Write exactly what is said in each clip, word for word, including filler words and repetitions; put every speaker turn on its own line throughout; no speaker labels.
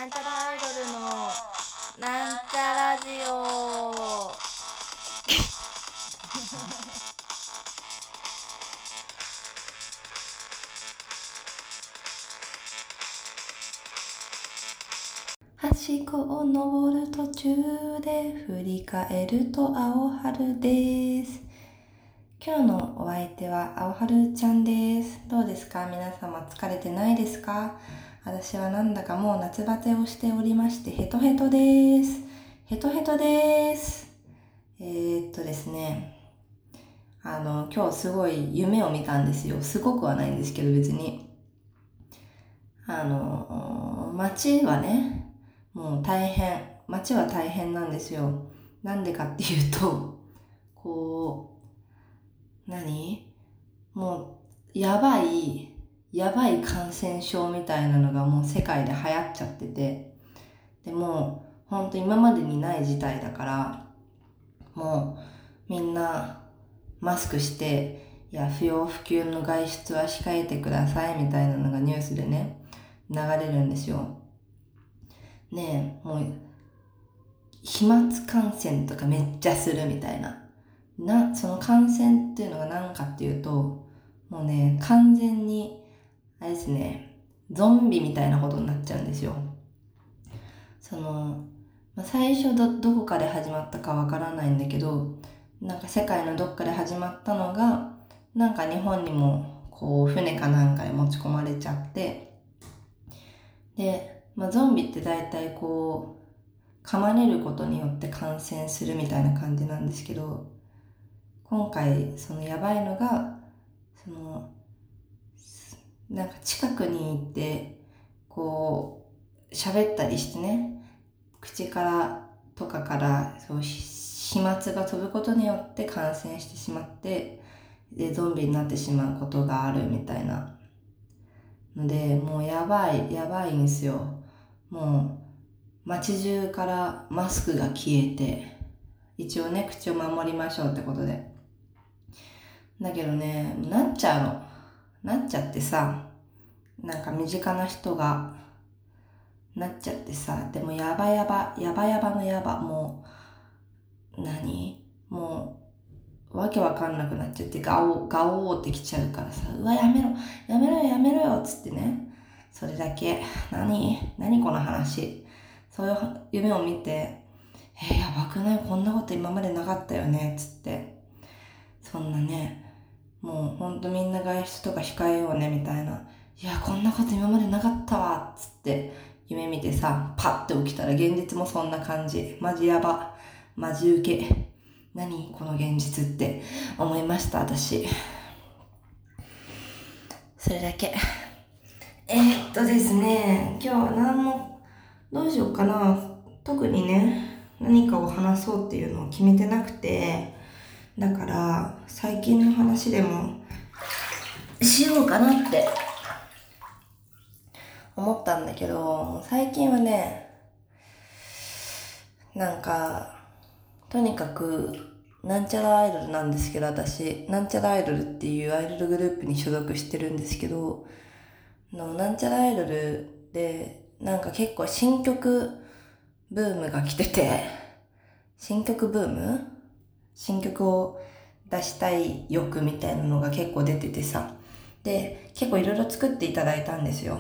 なんちゃらアイドルのなんちゃラジオ。はしごを登る途中で振り返ると青春です。今日のお相手は青春ちゃんです。どうですか皆様、疲れてないですか？私はなんだかもう夏バテをしておりましてヘトヘトです。ヘトヘトです。えー、っとですねあの今日すごい夢を見たんですよ。すごくはないんですけど、別にあの街はねもう大変街は大変なんですよ。なんでかっていうとこう何もうやばいやばい感染症みたいなのがもう世界で流行っちゃってて、でもうほんと今までにない事態だから、もうみんなマスクして、いや不要不急の外出は控えてくださいみたいなのがニュースでね流れるんですよ。ねえ、もう飛沫感染とかめっちゃするみたいなな、その感染っていうのが何かっていうと、もうね完全にあれですね、ゾンビみたいなことになっちゃうんですよ。その、まあ、最初 ど, どこかで始まったかわからないんだけど、なんか世界のどっかで始まったのが、なんか日本にもこう船かなんかで持ち込まれちゃって、で、まあ、ゾンビって大体こう噛まれることによって感染するみたいな感じなんですけど、今回そのやばいのが、そのなんか近くに行ってこう喋ったりしてね、口からとかからそう飛沫が飛ぶことによって感染してしまって、でゾンビになってしまうことがあるみたいなので、もうやばいやばいんですよ。もう街中からマスクが消えて、一応ね口を守りましょうってことで、だけどねなっちゃうのなっちゃってさ、なんか身近な人がなっちゃってさ、でもやばやばやばやばのやば、もう何もうわけわかんなくなっちゃって、ガオガオーってきちゃうからさ、うわやめろやめろよやめろよっつってね、それだけ。何何この話。そういう夢を見て、えー、やばくない、こんなこと今までなかったよねっつって、そんなねもうほんとみんな外出とか控えようねみたいな、いやこんなこと今までなかったわっつって夢見てさ、パッて起きたら現実もそんな感じ。マジやば、マジウケ、何この現実って思いました私。それだけ。えー、っとですね今日は何もどうしようかな、特にね何かを話そうっていうのを決めてなくて、だから最近の話でもしようかなって思ったんだけど、最近はねなんかとにかくなんちゃらアイドルなんですけど、私なんちゃらアイドルっていうアイドルグループに所属してるんですけど、のなんちゃらアイドルでなんか結構新曲ブームが来てて、新曲ブーム新曲を出したい欲みたいなのが結構出ててさ、で結構いろいろ作っていただいたんですよ、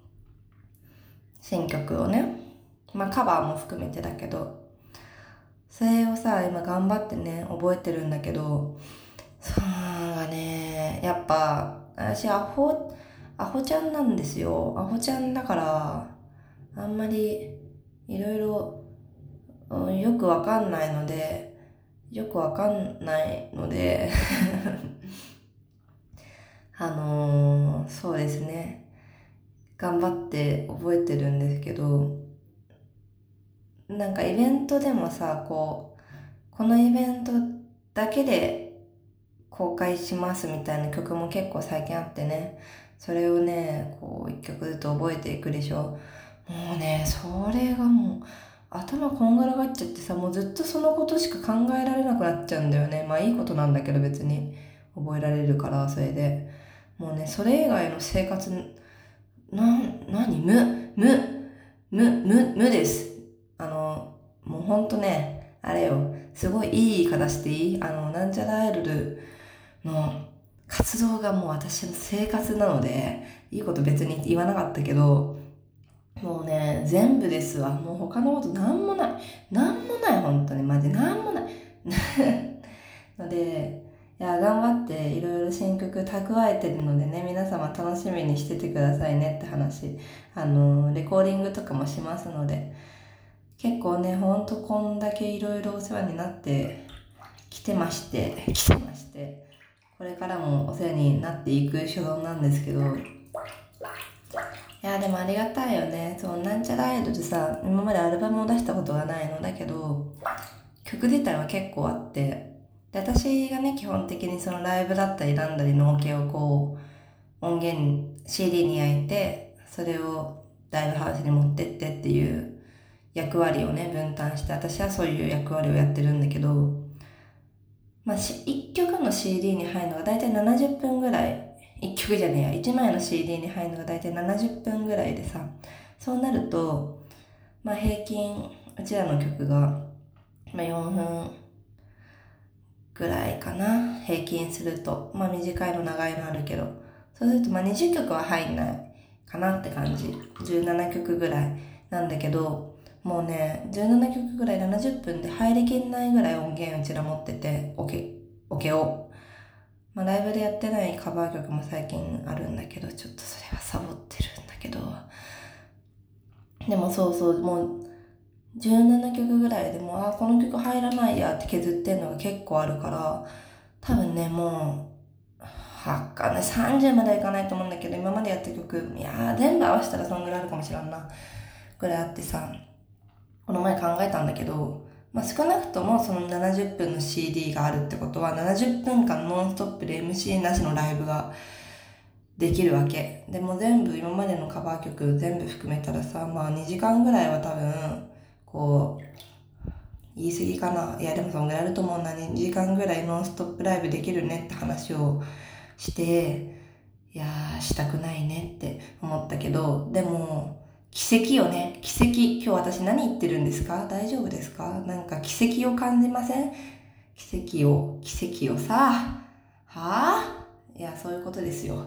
新曲をね。まあカバーも含めてだけど、それをさ今頑張ってね覚えてるんだけど、そうがねやっぱ私アホアホちゃんなんですよ。アホちゃんだからあんまりいろいろよくわかんないのでよくわかんないのであのー、そうですね頑張って覚えてるんですけど、なんかイベントでもさ、こうこのイベントだけで公開しますみたいな曲も結構最近あってね、それをねこう一曲ずつ覚えていくでしょ。もうねそれがもう頭こんがらがっちゃってさ、もうずっとそのことしか考えられなくなっちゃうんだよね。まあいいことなんだけど別に覚えられるから、それでもうねそれ以外の生活な何無無無、無、無です。あの、もうほんとね、あれよ、すごいいい言い方していい？あの、なんちゃらアイドルの活動がもう私の生活なので、いいこと別に言わなかったけど、もうね、全部ですわ。もう他のことなんもない。なんもない、本当に。マジなんもない。ので、いや、頑張っていろいろ新曲蓄えてるのでね、皆様楽しみにしててくださいねって話。あの、レコーディングとかもしますので、結構ね、ほんとこんだけいろいろお世話になってきてまして、来てまして、これからもお世話になっていく所存なんですけど、いやでもありがたいよね。そう、なんちゃらアイドルさ、今までアルバムを出したことがないのだけど、曲自体は結構あって、で、私がね、基本的にそのライブだったりなんだりのオケをこう、音源 シーディー に焼いて、それをライブハウスに持ってってっていう役割をね、分担して、私はそういう役割をやってるんだけど、まあ、いっきょくの シーディー に入るのがだいたいななじゅっぷんぐらい、いっきょくじゃねえや、いちまいの シーディー に入るのがだいたいななじゅっぷんぐらいでさ、そうなると、まあ平均、うちらの曲が、まあよんぷんぐらいかな、平均すると。まあ短いの長いのあるけど、そうするとまあにじゅっきょくは入んないかなって感じ。じゅうななきょくぐらいなんだけど、もうね、じゅうななきょくぐらいななじゅっぷんで入りきんないぐらい音源うちら持ってて、オケ、オケを。まあライブでやってないカバー曲も最近あるんだけど、ちょっとそれはサボってるんだけど。でもそうそう、もうじゅうななきょくぐらいでも、あ、この曲入らないやって削ってんのが結構あるから、多分ね、もう、はかんない、さんじゅうまではいかないと思うんだけど、今までやった曲、いやー、全部合わせたらそんぐらいあるかもしれんな。ぐらいあってさ、この前考えたんだけど、まあ、少なくともそのななじゅっぷんの シーディー があるってことは、ななじゅっぷんかんノンストップで エムシー なしのライブができるわけ。でも全部、今までのカバー曲全部含めたらさ、まあにじかんぐらいは多分、こう、言い過ぎかな。いやでもそんぐらいあると思うな。にじかんぐらいノンストップライブできるねって話をして、いやー、したくないねって思ったけど、でも、奇跡よね。奇跡。今日私何言ってるんですか？大丈夫ですか？なんか奇跡を感じません？奇跡を、奇跡をさ、はぁ？いや、そういうことですよ。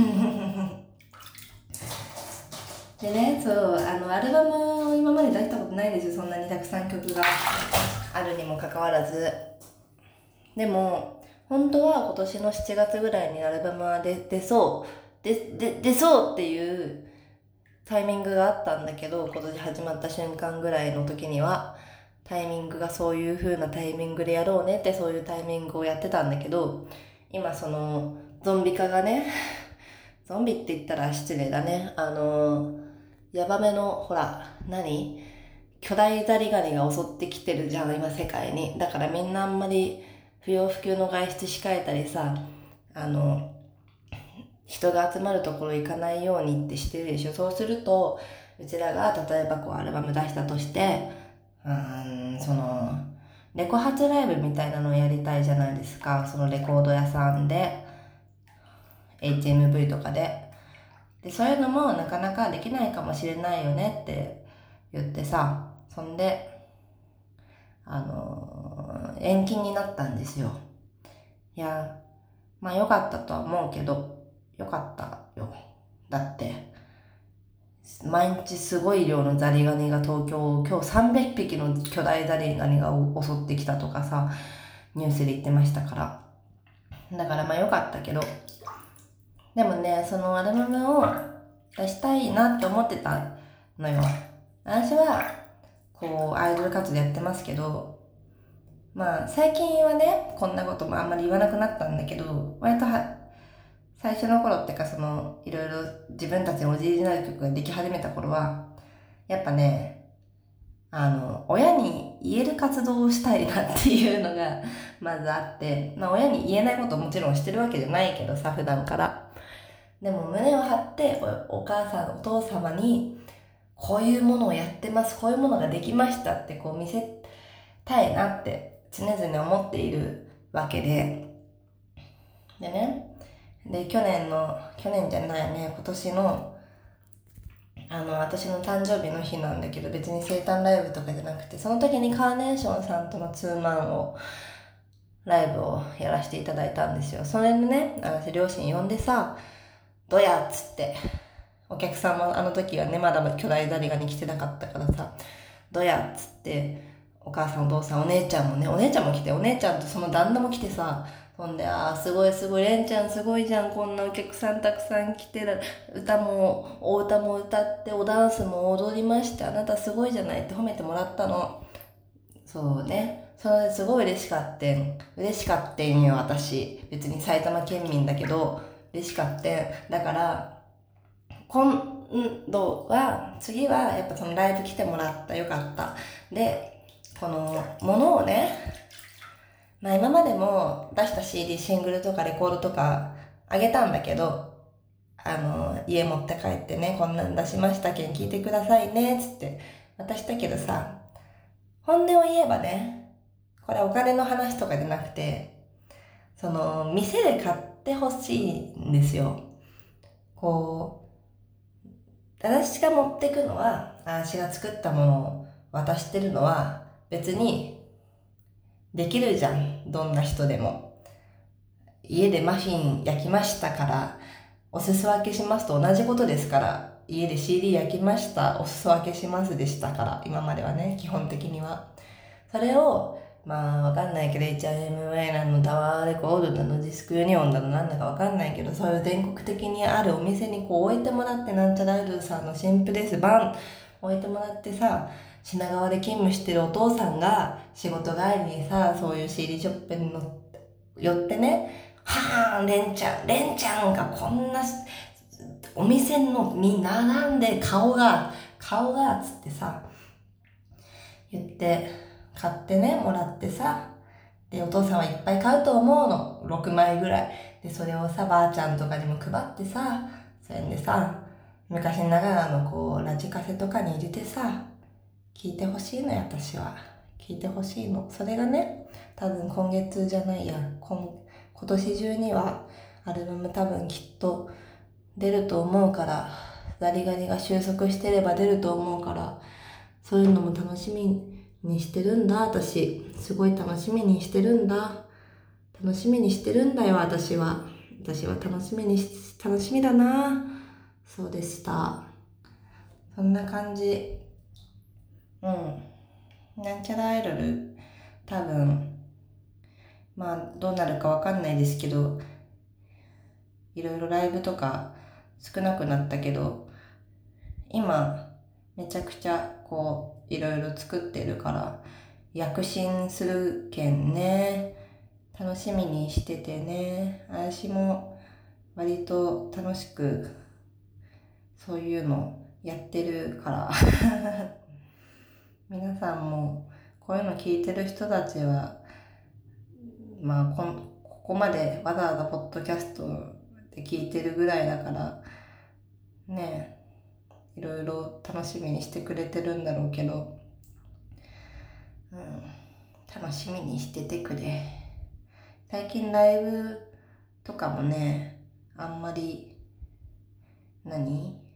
でね、そう、あの、アルバムを今まで出したことないんですよ。そんなにたくさん曲があるにもかかわらず。でも、本当は今年のしちがつぐらいにアルバムは出、出そう。で、で、出そうっていうタイミングがあったんだけど、今年始まった瞬間ぐらいの時には、タイミングがそういう風なタイミングでやろうねってそういうタイミングをやってたんだけど、今その、ゾンビ化がね、ゾンビって言ったら失礼だね。あの、ヤバめの、ほら、何巨大ザリガニが襲ってきてるじゃん、今世界に。だからみんなあんまり不要不急の外出控えたりさ、あの、人が集まるところ行かないようにってしてるでしょ。そうすると、うちらが例えばこうアルバム出したとして、うーん、その、レコ発ライブみたいなのをやりたいじゃないですか。そのレコード屋さんで、エイチエムブイ とかで。で、そういうのもなかなかできないかもしれないよねって言ってさ、そんで、あのー延期になったんですよ。いや、まあ良かったとは思うけど、良かったよ。だって、毎日すごい量のザリガニが東京、今日さんびゃくぴきの巨大ザリガニが襲ってきたとかさ、ニュースで言ってましたから。だからまあ良かったけど、でもね、そのアルバムを出したいなって思ってたのよ。私は、こう、アイドル活動やってますけど、まあ、最近はね、こんなこともあんまり言わなくなったんだけど、割とは、最初の頃ってか、その、いろいろ自分たちのオリジナル曲ができ始めた頃は、やっぱね、あの、親に言える活動をしたいなっていうのが、まずあって、まあ、親に言えないこともちろんしてるわけじゃないけどさ、普段から。でも胸を張ってお、お母さん、お父様に、こういうものをやってます、こういうものができましたってこう見せたいなって常々思っているわけで、でね、で、去年の、去年じゃないね、今年のあの私の誕生日の日なんだけど、別に生誕ライブとかじゃなくて、その時にカーネーションさんとのツーマンをライブをやらせていただいたんですよ。それでね、私両親呼んでさ、どやっつって、お客さんもあの時はね、まだ巨大ザリガニ来てなかったからさ、どやっつって、お母さんお父さんお姉ちゃんもね、お姉ちゃんも来て、お姉ちゃんとその旦那も来てさ、ほんで、あーすごいすごい、レンちゃんすごいじゃん、こんなお客さんたくさん来てる、歌も、お歌も歌って、おダンスも踊りまして、あなたすごいじゃないって褒めてもらったの。そうね。それですごい嬉しかってん。嬉しかってんよ、私。別に埼玉県民だけど、嬉しかってん。だから、今度は、次はやっぱそのライブ来てもらった。よかった。で、このものをね、まあ今までも出した シーディー、シングルとかレコードとかあげたんだけど、あの、家持って帰ってね、こんなん出しましたけん聞いてくださいね、つって渡したけどさ、本音を言えばね、これお金の話とかじゃなくて、その、店で買ってほしいんですよ。こう、私が持ってくのは、私が作ったものを渡してるのは、別に、できるじゃん。どんな人でも。家でマフィン焼きましたから、お裾分けしますと同じことですから、家で シーディー 焼きました、お裾分けしますでしたから、今まではね、基本的には。それを、まあわかんないけど、エイチアイエムワイ なの、タワーレコードだの、ディスクユニオンだの、なんだかわかんないけど、そういう全国的にあるお店にこう置いてもらって、なんちゃらアイドルさんの新婦ですバン置いてもらってさ、品川で勤務してるお父さんが仕事帰りにさ、そういう シーディー ショップに乗って寄ってね、はぁー、レンちゃん、レンちゃんがこんなお店のに並んで顔が、顔が、つってさ、言って、買ってね、もらってさ、で、お父さんはいっぱい買うと思うの。ろくまいぐらい。で、それをさ、ばあちゃんとかにも配ってさ、それでさ、昔ながらのこう、ラジカセとかに入れてさ、聞いてほしいのよ、私は。聞いてほしいの。それがね、多分今月じゃないや、今、今年中には、アルバム多分きっと出ると思うから、ザリガニが収束してれば出ると思うから、そういうのも楽しみにしてるんだ、私。すごい楽しみにしてるんだ。楽しみにしてるんだよ、私は。私は楽しみにし、楽しみだな。そうでした。そんな感じ。うん。なんちゃらアイドル、多分、まあ、どうなるかわかんないですけど、いろいろライブとか少なくなったけど、今、めちゃくちゃ、こう、いろいろ作ってるから、躍進するけんね。楽しみにしててね。私も割と楽しくそういうのやってるから皆さんもこういうの聞いてる人たちはまあこんここまでわざわざポッドキャストで聞いてるぐらいだからねえいろいろ楽しみにしてくれてるんだろうけど、うん、楽しみにしててくれ。最近ライブとかもねあんまり何い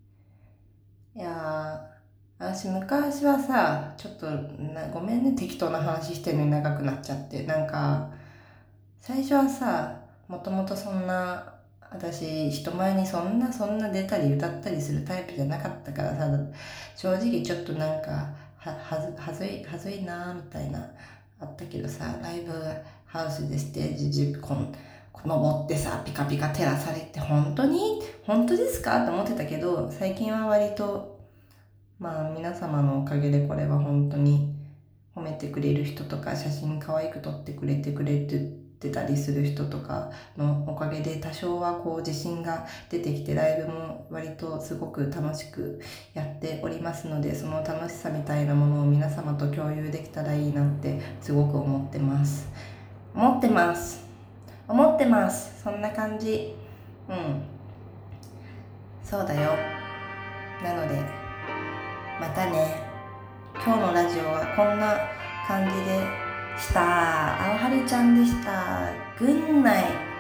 やー私昔はさちょっとなごめんね適当な話してるのに長くなっちゃってなんか最初はさもともとそんな私人前にそんなそんな出たり歌ったりするタイプじゃなかったからさ正直ちょっとなんかははずはずいはずいなーみたいなあったけどさライブハウスでステージじゅっこん登ってさピカピカ照らされて本当に本当ですかって思ってたけど最近は割とまあ皆様のおかげでこれは本当に褒めてくれる人とか写真可愛く撮ってくれてくれてたりする人とかのおかげで多少はこう自信が出てきてライブも割とすごく楽しくやっておりますのでその楽しさみたいなものを皆様と共有できたらいいなってすごく思ってます思ってます思ってますそんな感じうんそうだよなのでまたね今日のラジオはこんな感じでした。あおはるちゃんでした。グッナイ。